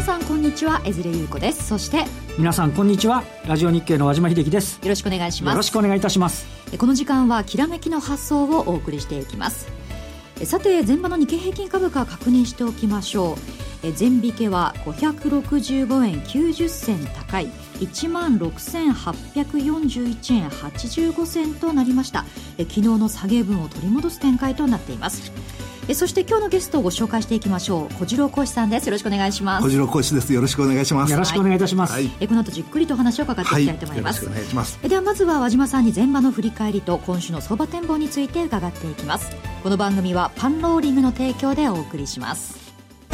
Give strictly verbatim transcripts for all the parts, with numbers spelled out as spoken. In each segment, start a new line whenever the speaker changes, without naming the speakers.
さんこんにちは、江連優子です。そして
皆さんこんにちは、ラジオ日経の和島秀樹です。
よろしくお願いします。
よろしくお願いいたします。
この時間はきらめきの発想をお送りしていきます。さて、前場の日経平均株価確認しておきましょう。前引けはごひゃくろくじゅうごえんきゅうじゅっせん高い いちまんろくせんはっぴゃくよんじゅういちえんはちじゅうごせんとなりました。昨日の下げ分を取り戻す展開となっています。そして今日のゲストをご紹介していきましょう。小次郎浩司さんです。よろしくお願いします。
小次郎浩司です。よろしくお願いします。
よろしくお願いいたします。
はい、
えこの後じっくりと話を伺っていきたいと思います。
はい、よろしくお願いします。
えではまずは和島さんに前場の振り返りと今週の相場展望について伺っていきます。この番組はパンローリングの提供でお送りします。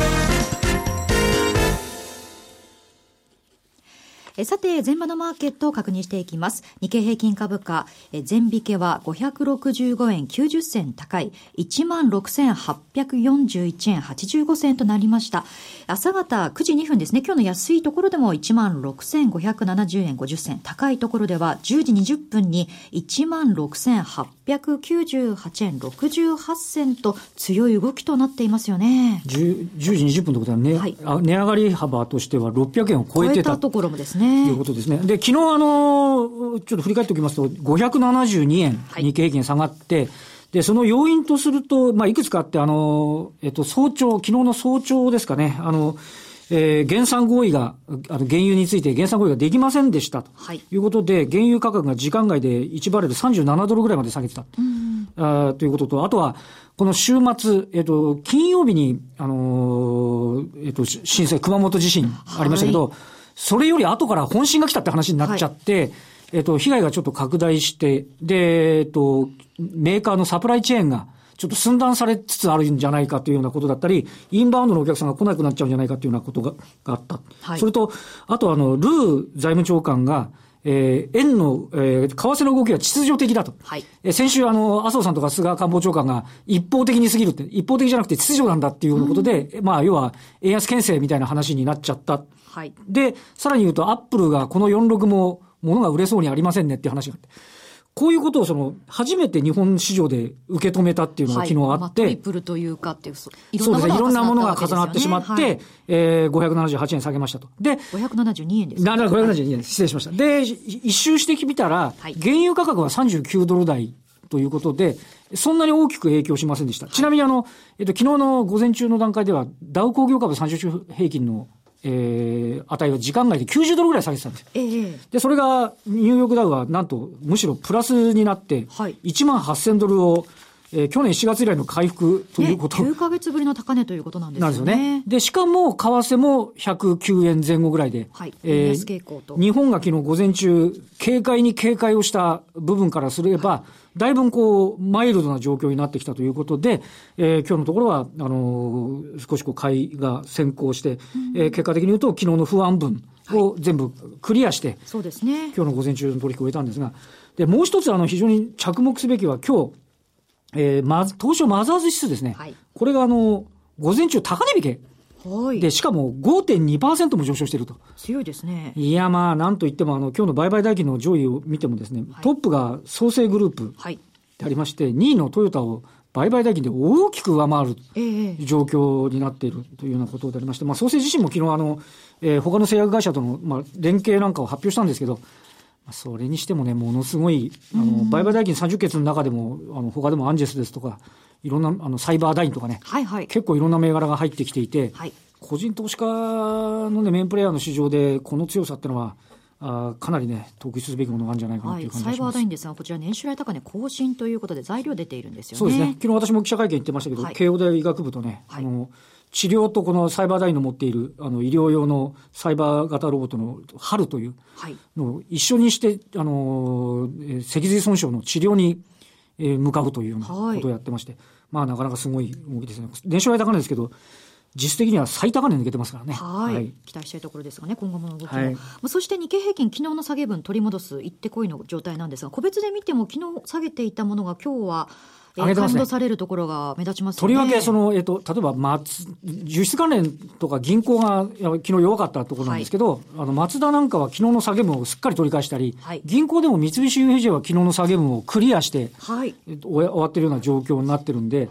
えさて、前場のマーケットを確認していきます。日経平均株価、え前引けはごひゃくろくじゅうごえんきゅうじゅっせん高い いちまんろくせんはっぴゃくよんじゅういちえんはちじゅうごせんとなりました。朝方くじにふんですね。今日の安いところでも いちまんろくせんごひゃくななじゅうえんごじゅっせん、高いところではじゅうじにじゅっぷんに いちまんろくせんはっぴゃくきゅうじゅうはちえんろくじゅうはっせんと強い動きとなっていますよね。
10, じゅうじにじゅっぷんということは、ね、はい、値上がり幅としてはろっぴゃくえんを超えてた
超えたところもですね
ということですね。で、昨日あのちょっと振り返っておきますとごひゃくななじゅうにえん、はい、日経平均下がって、でその要因とすると、まあ、いくつかあって、あの、えっと、早朝、昨日の早朝ですかね、あの、えー、減産合意が、あの、原油について減産合意ができませんでしたということで、はい、原油価格が時間外でいちバレルさんじゅうななドルぐらいまで下げてた、うん、あということと、あとはこの週末、えっと、金曜日に、あのー、えっと、震災、熊本地震ありましたけど、はい、それより後から本震が来たって話になっちゃって、はい、えっと、被害がちょっと拡大して、で、えっと、メーカーのサプライチェーンがちょっと寸断されつつあるんじゃないかというようなことだったり、インバウンドのお客さんが来なくなっちゃうんじゃないかというようなことが、があった。はい、それと、あとあの、ルー財務長官が、えー、円の、えー、為替の動きは秩序的だと。はい、えー、先週あの、麻生さんとか菅官房長官が一方的に過ぎるって、一方的じゃなくて秩序なんだっていうようなことで、うん、まあ、要は、円安牽制みたいな話になっちゃった。はい、で、さらに言うと、アップルがこのよんじゅうろくも物が売れそうにありませんねっていう話があって、こういうことをその、初めて日本市場で受け止めたっていうのが昨日あって、はい、まあ、ト
リプルというかっていう、
いろんなものが重なったわけですよね。そうですね。いろんなものが重なってしまって、はい、えー、ごひゃくななじゅうはちえん下げましたと。で、
ごひゃくななじゅうにえんです
か、ね。ごひゃくななじゅうにえんです。失礼しました。で、一周してみたら、はい、原油価格はさんじゅうきゅうドル台ということで、そんなに大きく影響しませんでした。はい、ちなみにあの、えっと、昨日の午前中の段階では、ダウ工業株さんじゅう週平均のえー、値は時間外できゅうじゅうドルぐらい下げてたんですよ。ええ、で、それが、ニューヨークダウはなんと、むしろプラスになって、はい、いちまんはっせんドルを、えー、去年しがつ以来の回復ということ。
ね、きゅうかげつぶりの高値ということなんですよね。なんですよね。
で、しかも、為替もひゃくきゅうえんぜん後ぐらいで、
はい、えー、安傾向と。
日本が昨日午前中、警戒に警戒をした部分からすれば、はい、だいぶこう、マイルドな状況になってきたということで、えー、今日のところは、あのー、少しこう、買いが先行して、うん、えー、結果的に言うと、昨日の不安分を全部クリアして、はい、
そうですね。
今日の午前中の取引を終えたんですが、で、もう一つ、あの、非常に着目すべきは、今日、えー、まず、東証マザーズ指数ですね。はい、これが、あの、午前中高値引け。はい。で、しかも ごてんにパーセント も上昇していると。
強いですね。
いや、まあ、なんといっても、あの、今日の売買代金の上位を見てもですね、はい、トップが創生グループでありまして、はい、にいのトヨタを売買代金で大きく上回る状況になっているというようなことでありまして、まあ、創生自身も昨日、あの、えー、他の製薬会社との、まあ、連携なんかを発表したんですけど、それにしてもね、ものすごい、あの、売買代金さんじゅっけつの中でも、あの、他でもアンジェスですとか、いろんな、あの、サイバーダインとかね、はいはい、結構いろんな銘柄が入ってきていて、はい、個人投資家のね、メインプレイヤーの市場で、この強さってのは、あかなりね、特筆すべきものがあるんじゃないかなという感じがします。はい、サイバーダインですが、こちら年収来高値更新ということで材料出ているんですよね。そうですね。昨日私も記者会見言ってましたけど、はい、慶応大医学部とね、はい、あの、治療とこのサイバーダインの持っているあの医療用のサイバー型ロボットのハルというのを一緒にして、あの、脊髄損傷の治療に向かうというようなことをやってまして、はい、まあなかなかすごい動きですね。年初来高値ですけど、実質的には最高値抜けてますからね。
はい、はい。期待したいところですがね、今後もの動きも。はい、そして日経平均、昨日の下げ分取り戻す行ってこいの状態なんですが、個別で見ても昨日下げていたものが今日は、えー、感動されるところが目立ちますよね。とりわけその、えっと、例えば松輸出関連とか銀行が昨日弱かったところなんですけど、はい、あの松田なんかは昨日の下げ分をすっかり取り返したり、はい、銀行でも三菱 ユーエフジェー は昨日の下げ分をクリアして、はい、終わっているような状況になってるんで、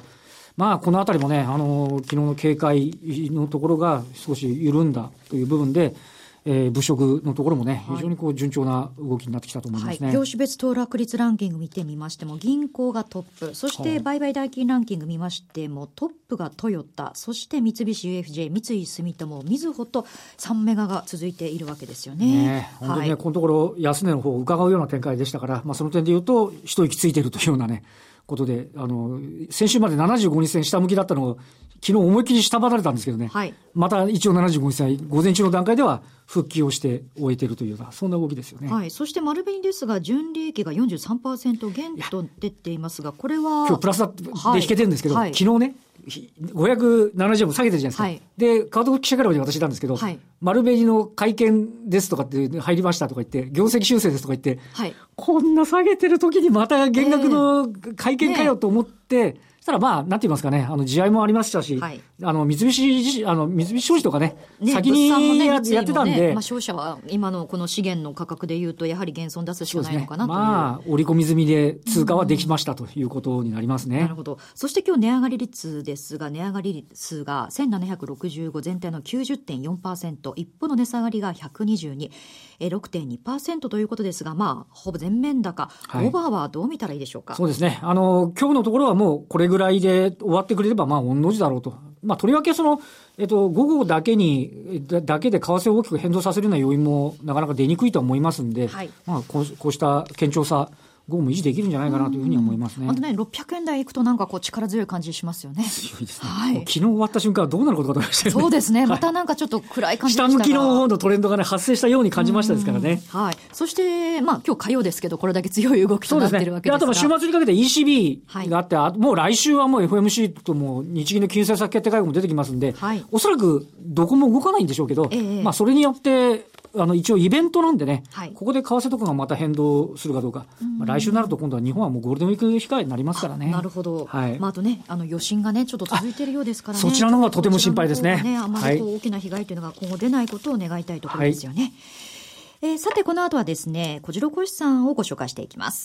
まあ、このあたりもね、あの、昨日の警戒のところが少し緩んだという部分で、えー、物色のところもね、非常にこう順調な動きになってきたと思いますね。
はい、業種別騰落率ランキング見てみましても、銀行がトップ、そして売買代金ランキング見ましても、トップがトヨタ、そして三菱 ユーエフジェー、三井住友、みずほとさんメガが続いているわけですよね。
ね、本当にね、はい、このところ安値の方を伺うような展開でしたから、まあ、その点で言うと一息ついているというようなねことで、あの先週までななじゅうごにち線下向きだったのを昨日思いっきり下離れたんですけどね、はい、また一応ななじゅうごにち線午前中の段階では復帰をして終えているというようなそんな動きですよね。
はい、そして丸紅ですが純利益が よんじゅうさんパーセント 減と出ていますが、これは
今日プラスで引けてるんですけど、はい、昨日ねごひゃくななじゅうえんも下げてるじゃないですか、はい、でカード記者から私なんですけど、はい、丸紅の会見ですとかって入りましたとか言って業績修正ですとか言って、はい、こんな下げてる時にまた減額の会見かよと思って、えーねそしたらまあ、なんて言いますかね、あの、地合いもありましたし、はい、あの、三菱、あの、三菱商事とかね、ね先に や,、ね、やってたんで、
ねまあ、商社は今のこの資源の価格で言うと、やはり減損出すしかないのかなという。
ね、まあ、織り込み済みで通過はできましたということになりますね。
なるほど。そして今日値上がり率ですが、値上がり率がせんななひゃくろくじゅうご、全体の きゅうじゅってんよんパーセント、一方の値下がりがひゃくにじゅうに、ろくてんにパーセント ということですが、まあ、ほぼ全面高、はい、オーバーはどう見たらいいでしょうか。
そうですね。あの、今日のところはもうこれぐらいで終わってくれれば、まあ、御の字だろうと。まあ、とりわけその、えっと、午後だけに、だ, だけで為替を大きく変動させるような要因もなかなか出にくいと思いますんで、はい、まあ、こう、こうした堅調さ、午後も維持できるんじゃないかなというふうに思いますね。
あとね、ろっぴゃくえん台いくとなんかこう力強い感じしますよね。
強いですね。はい、昨日終わった瞬間はどうなることかと思いましたよね。
そうですね。またなんかちょっと暗い感じでしたが、
下向きの方のトレンドがね、発生したように感じましたですからね。
はい。そして、まあ今日火曜ですけど、これだけ強い動きとなっているわけですが。
そうですね。あと週末にかけて イーシービー があって、はい、もう来週はもう エフオーエムシー とも日銀の金融政策決定会合も出てきますんで、はい、おそらくどこも動かないんでしょうけど、えー、まあそれによって、あの一応イベントなんでね、はい、ここで為替とかがまた変動するかどうか、まあ、来週になると今度は日本はもうゴールデンウィーク控えになりますからね。
なるほど、はいまあ、あとね、あの余震がねちょっと続いているようですからね、
そちらの方がとても心配ですね。
ねあまりこう大きな被害というのが今後出ないことを願いたいところですよね。はいえー、さてこの後はですね小次郎小資産をご紹介していきます。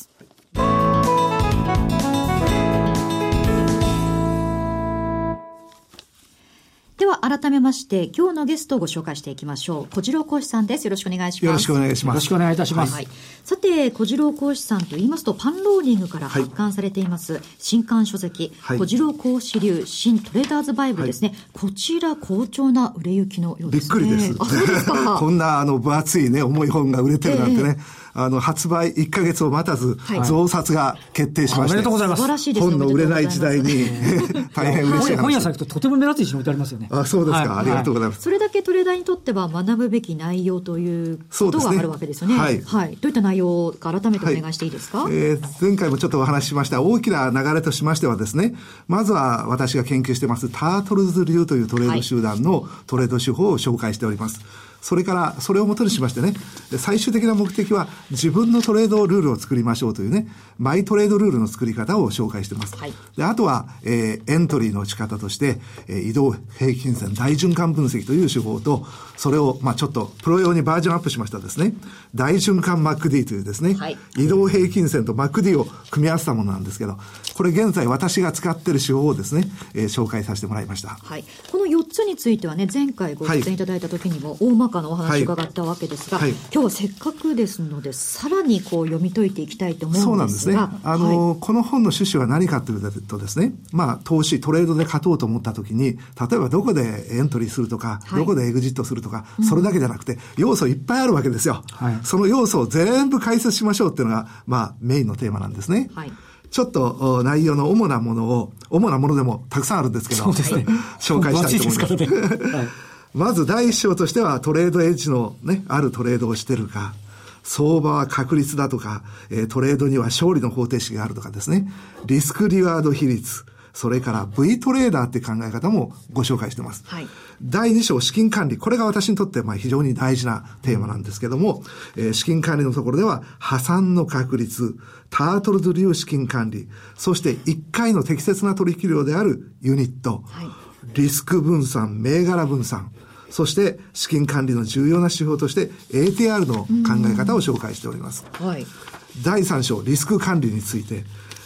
では改めまして今日のゲストをご紹介していきましょう。小次郎小資さんです。よろしくお願いします。
よろしくお願いします。
よろしくお願いいたします。はい、
さて小次郎小資さんと言いますとパンローリングから発刊されています、はい、新刊書籍、はい、小次郎小資流新トレーダーズバイブルですね、はい、こちら好調な売れ行きのようですね。
びっくりです。
あ、そうですか。
こんなあの分厚いね重い本が売れてるなんてね、えー、あの発売いっかげつを待たず、はい、増刷が決定しまして、
おめでとうございます。
素晴らしいですね。
本の売れない時代に大変嬉しい話。
本屋さん行くととても目立つ位置に置いてありますよね。
あ、そうですか、はい、ありがとうございます。
それだけトレーダーにとっては学ぶべき内容ということがあるわけですよね。はい、はい、どういった内容か改めてお願いしていいですか。はい、え
ー、前回もちょっとお話ししました大きな流れとしましてはですね、まずは私が研究してますタートルズ流というトレード集団のトレード手法を紹介しております。はい、それからそれをもとにしましてね、最終的な目的は自分のトレードルールを作りましょうというね、マイトレードルールの作り方を紹介しています。はい、であとは、えー、エントリーの仕方として、えー、移動平均線大循環分析という手法と、それをまあちょっとプロ用にバージョンアップしましたですね、大循環 マックディー というですね、はい、移動平均線と マックディー を組み合わせたものなんですけど、これ現在私が使っている手法をですね、えー、紹介させてもらいました。
はい、このよっつについてはね、前回ご出演いただいた時にも大まかなお話伺ったわけですが、はいはい、今日はせっかくですのでさらにこう読み解いていきたいと思うんですが。そうなんですね。あの、はい、この本の趣旨は何かというとですね、まあ投資トレードで勝とうと思った時に、例えばどこでエントリーするとか、はい、どこでエグジットするとか、うん、それだけじゃなくて要素いっぱいあるわけですよ。はい、その要素を全部解説しましょうっていうのがまあメインのテーマなんですね。はい、ちょっと内容の主なものを、主なものでもたくさんあるんですけど、そうですね、紹介したいと思います。はい、まず第一章としてはトレードエッジのね、あるトレードをしてるか、相場は確率だとか、えー、トレードには勝利の方程式があるとかですね、リスクリワード比率、それから V トレーダーっていう考え方もご紹介しています。はい、だいに章資金管理、これが私にとってまあ非常に大事なテーマなんですけども、えー、資金管理のところでは破産の確率、タートルズ流資金管理、そしていっかいの適切な取引量であるユニット、はい、リスク分散、銘柄分散、そして資金管理の重要な指標として エーティーアール の考え方を紹介しております。はい、だいさん章リスク管理について、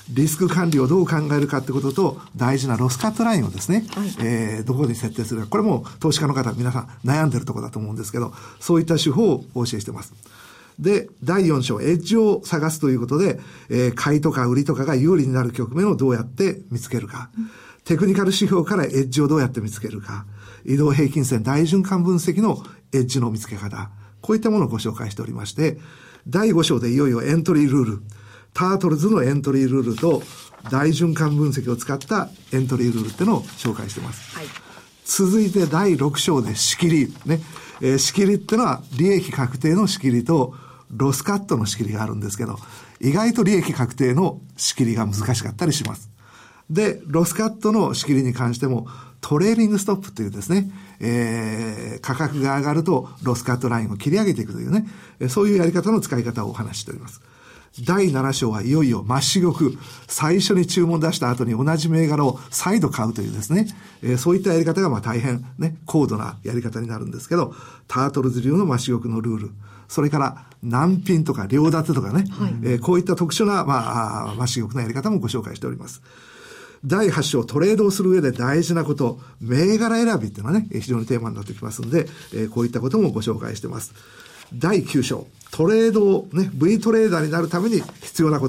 リスク管理をどう考えるかってことと、大事なロスカットラインをですね、
はい、
えー、どこに設定するか。これも投資家の方皆さん悩んでるところだと思うんですけど、そういった手法をお教えしています。で、だいよん章、エッジを探すということで、えー、買いとか売りとかが有利になる局面をどうやって見つけるか。うん、テクニカル指標からエッジをどうやって見つけるか。移動平均線大循環分析のエッジの見つけ方。こういったものをご紹介しておりまして、だいご章でいよいよエントリールール。タートルズのエントリールールと大循環分析を使ったエントリールールっていうのを紹介しています。はい、続いてだいろく章で仕切り。ね。えー、仕切りってのは利益確定の仕切りとロスカットの仕切りがあるんですけど、意外と利益確定の仕切りが難しかったりします。で、ロスカットの仕切りに関してもトレーリングストップというですね、えー、価格が上がるとロスカットラインを切り上げていくというね、そういうやり方の使い方をお話ししております。だいなな章はいよいよ末子玉、最初に注文出した後に同じ銘柄を再度買うというですね、えー、そういったやり方がまあ大変ね、高度なやり方になるんですけど、タートルズ流の末子玉のルール、それから難品とか両立てとかね、はい、えー、こういった特殊なまあ末子玉のやり方もご紹介しております。だいはち章、トレードをする上で大事なこと、銘柄選びっていうのはね、非常にテーマになってきますので、えー、こういったこともご紹介しています。だいきゅう章、トレードをね、V トレーダーになるために必要なこと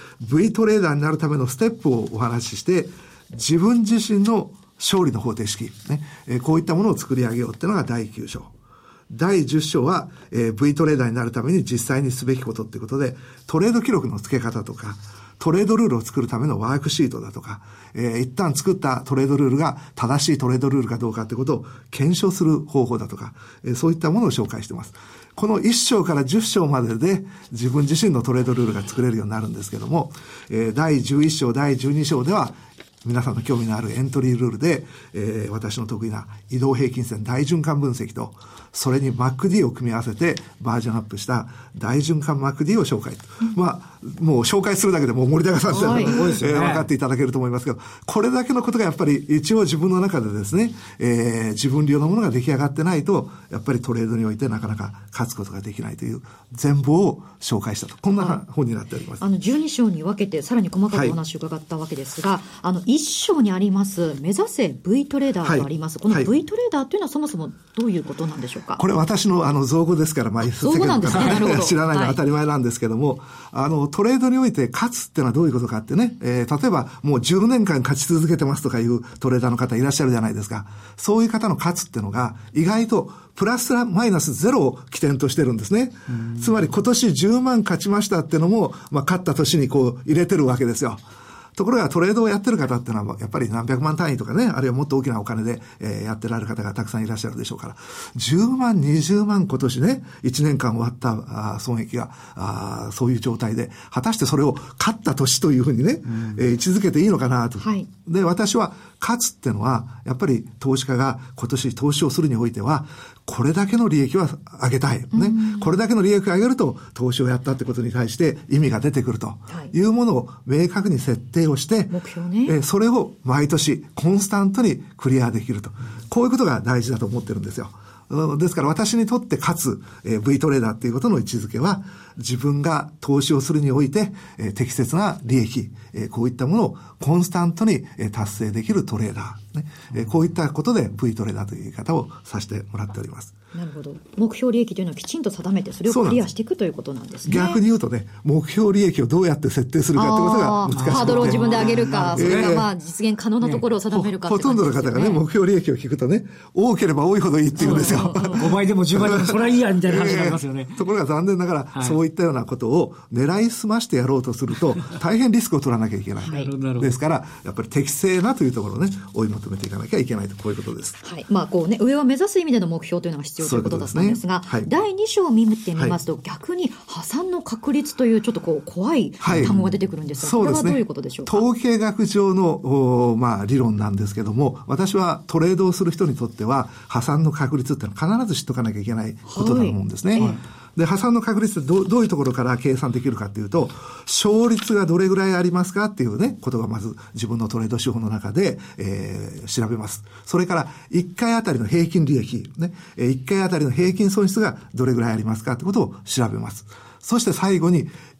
、V トレーダーになるためのステップをお話しして、自分自身の勝利の方程式、ね、えー、こういったものを作り上げようっていうのがだいきゅう章。だいじゅう章は、えー、V トレーダーになるために実際にすべきことっていうことで、トレード記録の付け方とか、トレードルールを作るためのワークシートだとか、えー、一旦作ったトレードルールが正しいトレードルールかどうかということを検証する方法だとか、えー、そういったものを紹介しています。このいち章からじゅう章までで自分自身のトレードルールが作れるようになるんですけども、えー、だいじゅういち章、だいじゅうに章では皆さんの興味のあるエントリールールで、えー、私の得意な移動平均線大循環分析と、それに マックディー を組み合わせてバージョンアップした大循環 マックディー を紹介。うん、まあ、もう紹介するだけでもう盛りだくさんで、はい、えー、分かっていただけると思いますけど、これだけのことがやっぱり一応自分の中でですね、えー、自分流のものが出来上がってないと、やっぱりトレードにおいてなかなか勝つことができないという全貌を紹介したと。こんな本になっております。
あの、じゅうに章に分けてさらに細かくお話を伺ったわけですが、はい、あの、いっ章にあります、目指せ V トレーダーとあります。はい、この V トレーダーというのはそもそもどういうことなんでしょうか。
これ私のあの造語ですから、まあ、
造語なんですね。なるほど。
知らないのは当たり前なんですけども、はい、あの、トレードにおいて勝つってのはどういうことかってね、えー、例えばもうじゅうねんかん勝ち続けてますとかいうトレーダーの方いらっしゃるじゃないですか。そういう方の勝つってのが意外とプラスマイナスゼロを起点としてるんですね。つまり今年じゅうまん勝ちましたってのも、まあ、勝った年にこう入れてるわけですよ。ところがトレードをやってる方っていうのはやっぱり何百万単位とかね、あるいはもっと大きなお金で、えー、やってられる方がたくさんいらっしゃるでしょうから、じゅうまん、にじゅうまん今年ね、いちねんかん終わったあ損益があそういう状態で、果たしてそれを勝った年というふうにね、うん、えー、位置づけていいのかなと。はい、で、私は勝つっていうのは、やっぱり投資家が今年投資をするにおいては、これだけの利益は上げたい。ね。うん、これだけの利益を上げると、投資をやったってことに対して意味が出てくるというものを明確に設定をして、
目標ね、
えそれを毎年コンスタントにクリアできると。こういうことが大事だと思ってるんですよ。ですから私にとって勝つ、えー、V トレーダーっていうことの位置づけは、自分が投資をするにおいて、えー、適切な利益、えー、こういったものをコンスタントに、えー、達成できるトレーダー、ね、えー、こういったことで V トレーダーという言い方をさせてもらっております。
なるほど。目標利益というのはきちんと定めて、それをクリアしていくということなんですね。
逆に言うとね、目標利益をどうやって設定するかということが難しい。
ハードルを自分で上げるか、それがまあ実現可能なところを定めるか、
ね、ほ, ほとんどの方がね、目標利益を聞くとね、多ければ多いほどいいって言うんですよ。
ごばいでもじゅうばいでもそれはいいやみたいな話になりますよね。
えー、ところが残念ながら、はい、そういったようなことを狙いすましてやろうとすると、大変リスクを取らなきゃいけない。はい、ですから、やっぱり適正なというところをね、追い求めていかなきゃいけないと、こういうことです。
はい。まあこうね、上を目指す意味での目標というのが必要ということだったんですが、はい、だいに章を見てみますと、はい、逆に破産の確率というちょっとこう怖い単語が出てくるんですが、はい、これはどういうことでしょうか。
統計学上のまあ理論なんですけども、私はトレードをする人にとっては破産の確率ってのは必ず知っとかなきゃいけないことだと思うんですね。はい、で、破産の確率ってど う, どういうところから計算できるかというと、勝率がどれぐらいありますかっていうね、ことがまず自分のトレード手法の中で、えー、調べます。それから、いっかいあたりの平均利益、ね、いっかいあたりの平均損失がどれぐらいありますかってことを調べます。そして最後に、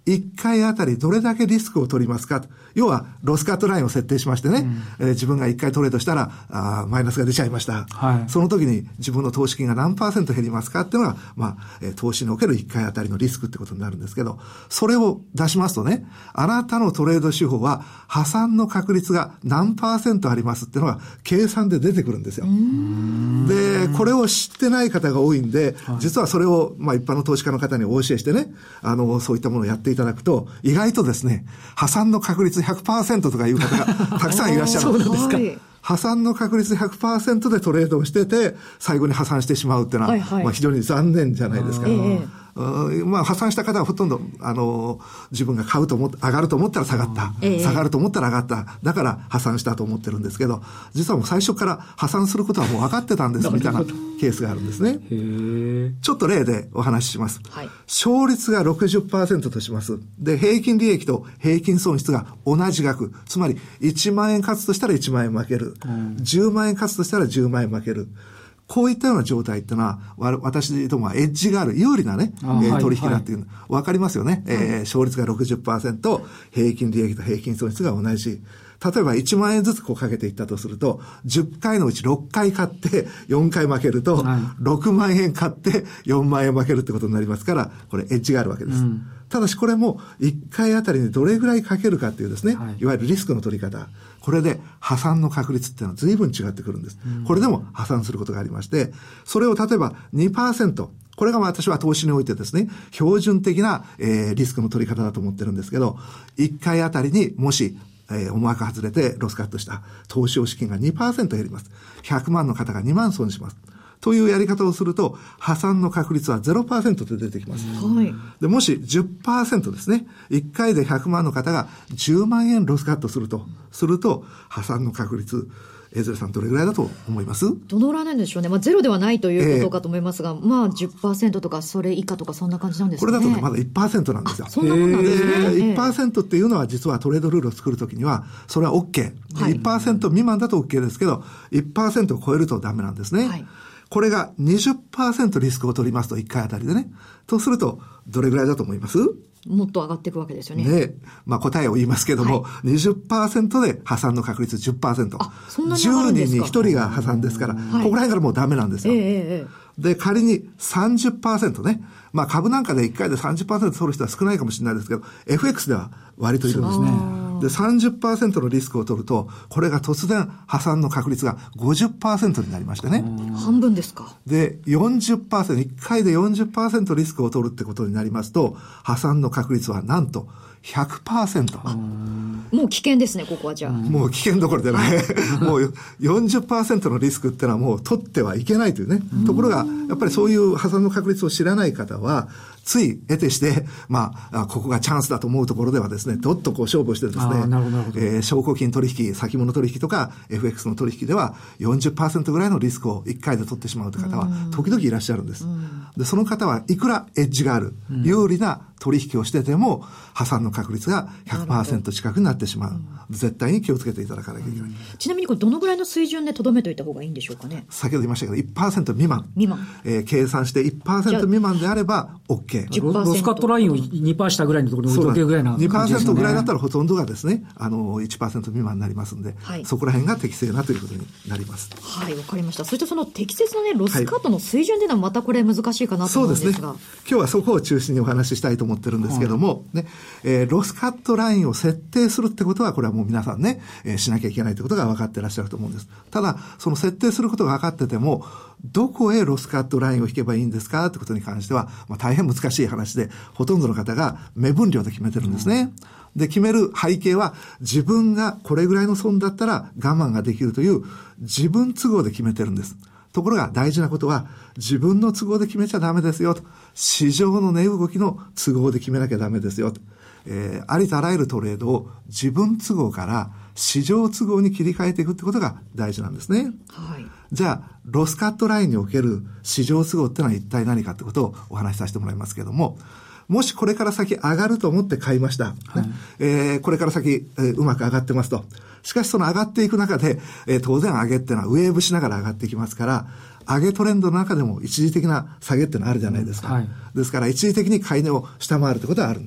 いっかいあたりどれだけリスクを取りますかと。要は、ロスカットラインを設定しましてね、うん、えー、自分がいっかいトレードしたら、あマイナスが出ちゃいました。はい、その時に自分の投資金が何パーセント減りますかっていうのが、まあ、えー、投資におけるいっかいあたりのリスクってことになるんですけど、それを出しますとね、あなたのトレード手法は破産の確率が何パーセントありますっていうのが計算で出てくるんですよ。で、これを知ってない方が多いんで、実はそれを、まあ、一般の投資家の方にお教えしてね、あの、そういったものをやっていただくと、意外とですね、破産の確率 ひゃくパーセント とかいう方がたくさんいらっしゃるんです。そうなんですか。破産の確率 ひゃくパーセント でトレードをしてて、最後に破産してしまうっていうのは、はいはい、まあ、非常に残念じゃないですか。まあ、破産した方はほとんど、あの、自分が買うと思って、上がると思ったら下がった。ええ、下がると思ったら上がった。だから破産したと思ってるんですけど、実はもう最初から破産することはもう分かってたんです、みたいなケースがあるんですね。へちょっと例でお話しします。はい、勝率が ろくじゅっパーセント とします。で、平均利益と平均損失が同じ額。つまり、いちまん円勝つとしたらいちまん円負ける。うん、じゅうまん円勝つとしたらじゅうまん円負ける。こういったような状態っていうのは、私どもはエッジがある、有利なね、えー、取引だっていうの、わかりますよね。はい、えー、勝率が ろくじゅっパーセント、平均利益と平均損失が同じ。例えばいちまん円ずつこうかけていったとすると、じゅっかいのうちろっかい買ってよんかい負けると、ろくまん円買ってよんまん円負けるってことになりますから、これエッジがあるわけです。うん、ただしこれもいっかいあたりにどれぐらいかけるかっていうですね、はい、いわゆるリスクの取り方。これで破産の確率っていうのは随分違ってくるんです。うん、これでも破産することがありまして、それを例えば にパーセント、これが私は投資においてですね、標準的な、えー、リスクの取り方だと思ってるんですけど、いっかいあたりにもし、えー、思惑外れてロスカットした投資用資金が にパーセント 減ります。ひゃくまんの方がにまん損します。というやり方をすると、破産の確率は ゼロパーセント で出てきます。はい。で、もし じゅっパーセント ですね、いっかいでひゃくまんの方がじゅうまん円ロスカットすると、すると、破産の確率、江連さんどれぐらいだと思います？
どのぐらいなんでしょうね。まあゼロではないということかと思いますが、えー、まあ じゅっパーセント とかそれ以下とかそんな感じなんですかね。
これだとまだ いちパーセント なんですよ。
そんなもんなんですね。
えー、いちパーセント っていうのは実はトレードルールを作るときには、それは OK。はい、いちパーセント 未満だと OK ですけど、いちパーセント を超えるとダメなんですね。はい、これが にじゅっパーセント リスクを取りますといっかいあたりでね。とすると、どれぐらいだと思います？
もっと上がっていくわけですよね。
ね。まあ答えを言いますけども、はい、にじゅっパーセント で破産の確率 じゅっパーセント。
あ、そんなに上がるんですか？じゅうにんにひとりが破産ですから、はい、ここら辺からもうダメなんですよ。えー、で、仮に さんじゅっパーセント ね。まあ株なんかでいっかいで さんじゅっパーセント 取る人は少ないかもしれないですけど、エフエックス では割といるんですね。で、さんじゅっパーセント のリスクを取ると、これが突然破産の確率が ごじゅっパーセント になりましてね。半分ですか。
で、よんじゅっパーセント、いっかいで よんじゅっパーセント リスクを取るってことになりますと、破産の確率はなんと ひゃくパーセント。
もう危険ですね、ここはじゃあ。
もう危険どころでね、もう よんじゅっパーセント のリスクってのはもう取ってはいけないというね。ところが、やっぱりそういう破産の確率を知らない方は、つい得てして、まあ、ここがチャンスだと思うところではですね、どっとこう勝負してですね、えー、証拠金取引、先物取引とか エフエックス の取引では よんじゅっパーセント ぐらいのリスクをいっかいで取ってしまうという方は時々いらっしゃるんです。で、その方はいくらエッジがある、有利な取引をしてても破産の確率が ひゃくパーセント 近くになってしまう。絶対に気をつけていただかなきゃいけない。
ちなみにこれどのぐらいの水準で留めておいた方がいいんでしょうかね。
先ほど言いましたけど いちパーセント 未満。
未満。
えー、計算して いちパーセント 未満であれば OK。
ロスカットラインを にパーセント 下ぐらいのところに置いとけぐらいな感じですね。
にパーセント ぐらいだったらほとんどがですね、あの いちパーセント 未満になりますんで、はい、そこら辺が適正なということになります。
はい、わかりました。そしてその適切なねロスカットの水準でいうのはまたこれ難しいかなと思うんですが、
そうですね。今日はそこを中心にお話ししたいと思ってるんですけども、はい、ね、えー、ロスカットラインを設定するってことはこれはもう皆さんね、えー、しなきゃいけないってことが分かってらっしゃると思うんです。ただその設定することが分かってても、どこへロスカットラインを引けばいいんですかってことに関しては、まあ、大変難しい話で、ほとんどの方が目分量で決めてるんですね。で、決める背景は、自分がこれぐらいの損だったら我慢ができるという自分都合で決めてるんです。ところが大事なことは、自分の都合で決めちゃダメですよと。市場の値動きの都合で決めなきゃダメですよと。えー、ありとあらゆるトレードを自分都合から市場都合に切り替えていくってことが大事なんですね。はい。じゃあ、ロスカットラインにおける市場都合ってのは一体何かってことをお話しさせてもらいますけども、もしこれから先上がると思って買いました。はい、えー、これから先、えー、うまく上がってますと。しかしその上がっていく中で、えー、当然上げってのはウェーブしながら上がっていきますから、上げトレンドの中でも一時的な下げってのはあるじゃないですか。はい、ですから一時的に買い値を下回るってことはある。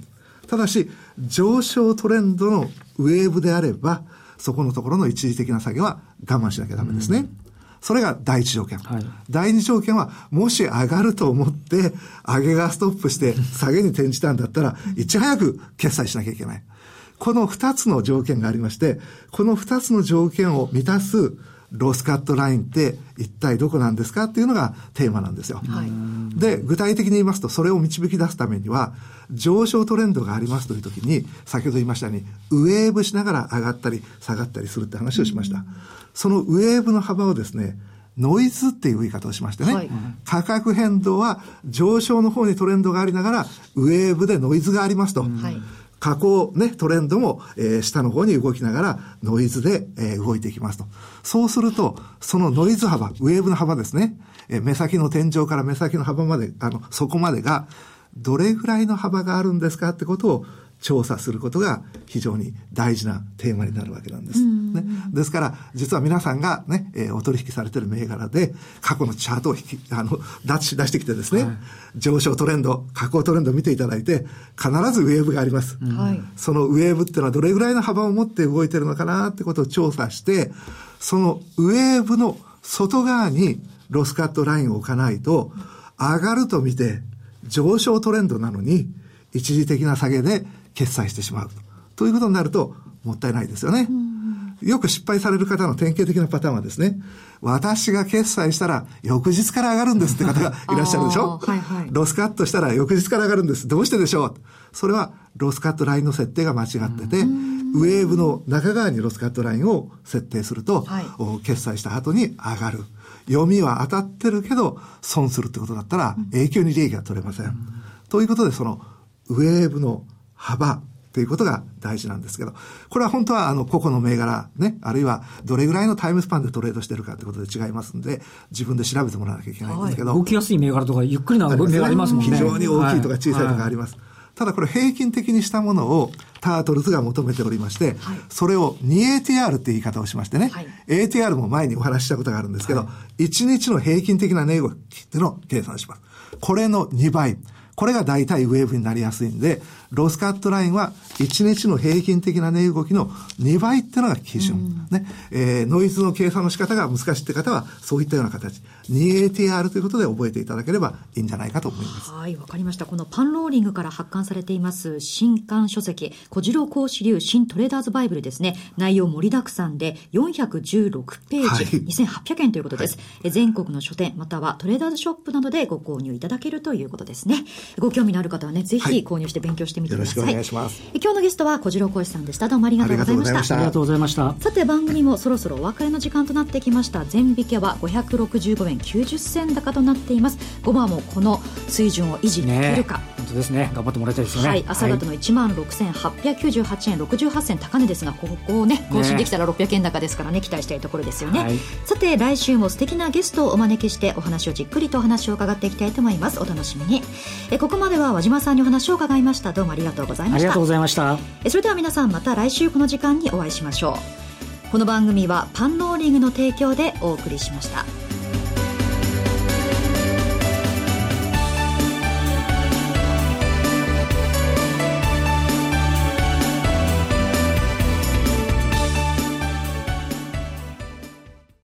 ただし、上昇トレンドのウェーブであれば、そこのところの一時的な下げは我慢しなきゃダメですね。うん、それが第一条件。はい、第二条件は、もし上がると思って、上げがストップして下げに転じたんだったら、いち早く決済しなきゃいけない。この二つの条件がありまして、この二つの条件を満たすロスカットラインって一体どこなんですかっていうのがテーマなんですよ。はい、で、具体的に言いますと、それを導き出すためには、上昇トレンドがありますという時に、先ほど言いましたように、ウェーブしながら上がったり下がったりするって話をしました。そのウェーブの幅をですね、ノイズっていう言い方をしましてね、はい、価格変動は上昇の方にトレンドがありながら、ウェーブでノイズがありますと。はい、下降ね、トレンドも、えー、下の方に動きながらノイズで、えー、動いていきますと。そうすると、そのノイズ幅、ウェーブの幅ですね、えー、目先の天井から目先の幅まで、あの、そこまでが、どれぐらいの幅があるんですかってことを調査することが非常に大事なテーマになるわけなんです。ね、ですから、実は皆さんがね、えー、お取引されている銘柄で、過去のチャートを引き、あの、出し、出してきてですね、はい、上昇トレンド、下降トレンドを見ていただいて、必ずウェーブがあります。はい、そのウェーブっていうのはどれぐらいの幅を持って動いているのかなってことを調査して、そのウェーブの外側にロスカットラインを置かないと、上がると見て、上昇トレンドなのに、一時的な下げで決済してしまう。ということになると、もったいないですよね。よく失敗される方の典型的なパターンはですね、私が決済したら翌日から上がるんですって方がいらっしゃるでしょ、はいはい、ロスカットしたら翌日から上がるんです。どうしてでしょう。それはロスカットラインの設定が間違ってて、ウェーブの中側にロスカットラインを設定すると、はい、決済した後に上がる。読みは当たってるけど損するってことだったら永久に利益が取れません。うん、ということで、そのウェーブの幅ということが大事なんですけど、これは本当はあの個々の銘柄ね、あるいはどれぐらいのタイムスパンでトレードしてるかということで違いますんで、自分で調べてもらわなきゃいけないんですけど、
はい、動きやすい銘柄とかゆっくりな銘柄ありますもんね。
非常に大きいとか小さいとかあります。はいはい、ただこれ平均的にしたものをタートルズが求めておりまして、はい、それを にエーティーアール って言い方をしましてね、はい、エーティーアール も前にお話ししたことがあるんですけど、はい、いちにちの平均的な値動きっていうのを計算します。これのにばい。これが大体ウェーブになりやすいんで、ロスカットラインはいちにちの平均的な値動きのにばいっていうのが基準。ね、えー、ノイズの計算の仕方が難しいって方は、そういったような形。にエーティーアール ということで覚えていただければいいんじゃないかと思います。
はい、わかりました。このパンローリングから発刊されています新刊書籍、小次郎講師流新トレーダーズバイブルですね。内容盛りだくさんでよんひゃくじゅうろくページ、はい、にせんはっぴゃくえんということです。はい、全国の書店またはトレーダーズショップなどでご購入いただけるということですね。ご興味のある方はね、ぜひ購入して勉強してみてください。はい、よろしくお願いします。今日のゲストは小次郎講師さんでした。どうもありがとうございました。
ありがとうございました。
さて、番組もそろそろお別れの時間となってきました。全引けはごひゃくろくじゅうごえんきゅうじゅっせん高となっています。ごばもこの水準を維持できるか、ね、
本当ですね。頑張ってもらいたいですよね。
はい、朝方の いちまんろくせんはっぴゃくきゅうじゅうはちえんろくじゅうはっせん高値ですが、ここをね更新できたらろっぴゃくえん高ですからね、期待したいところですよね。はい、さて、来週も素敵なゲストをお招きしてお話をじっくりとお話を伺っていきたいと思います。お楽しみに。えここまでは和島さんにお話を伺いました。どうもありがとうございました。
ありがとうございました。
えそれでは皆さん、また来週この時間にお会いしましょう。この番組はパンローリングの提供でお送りしました。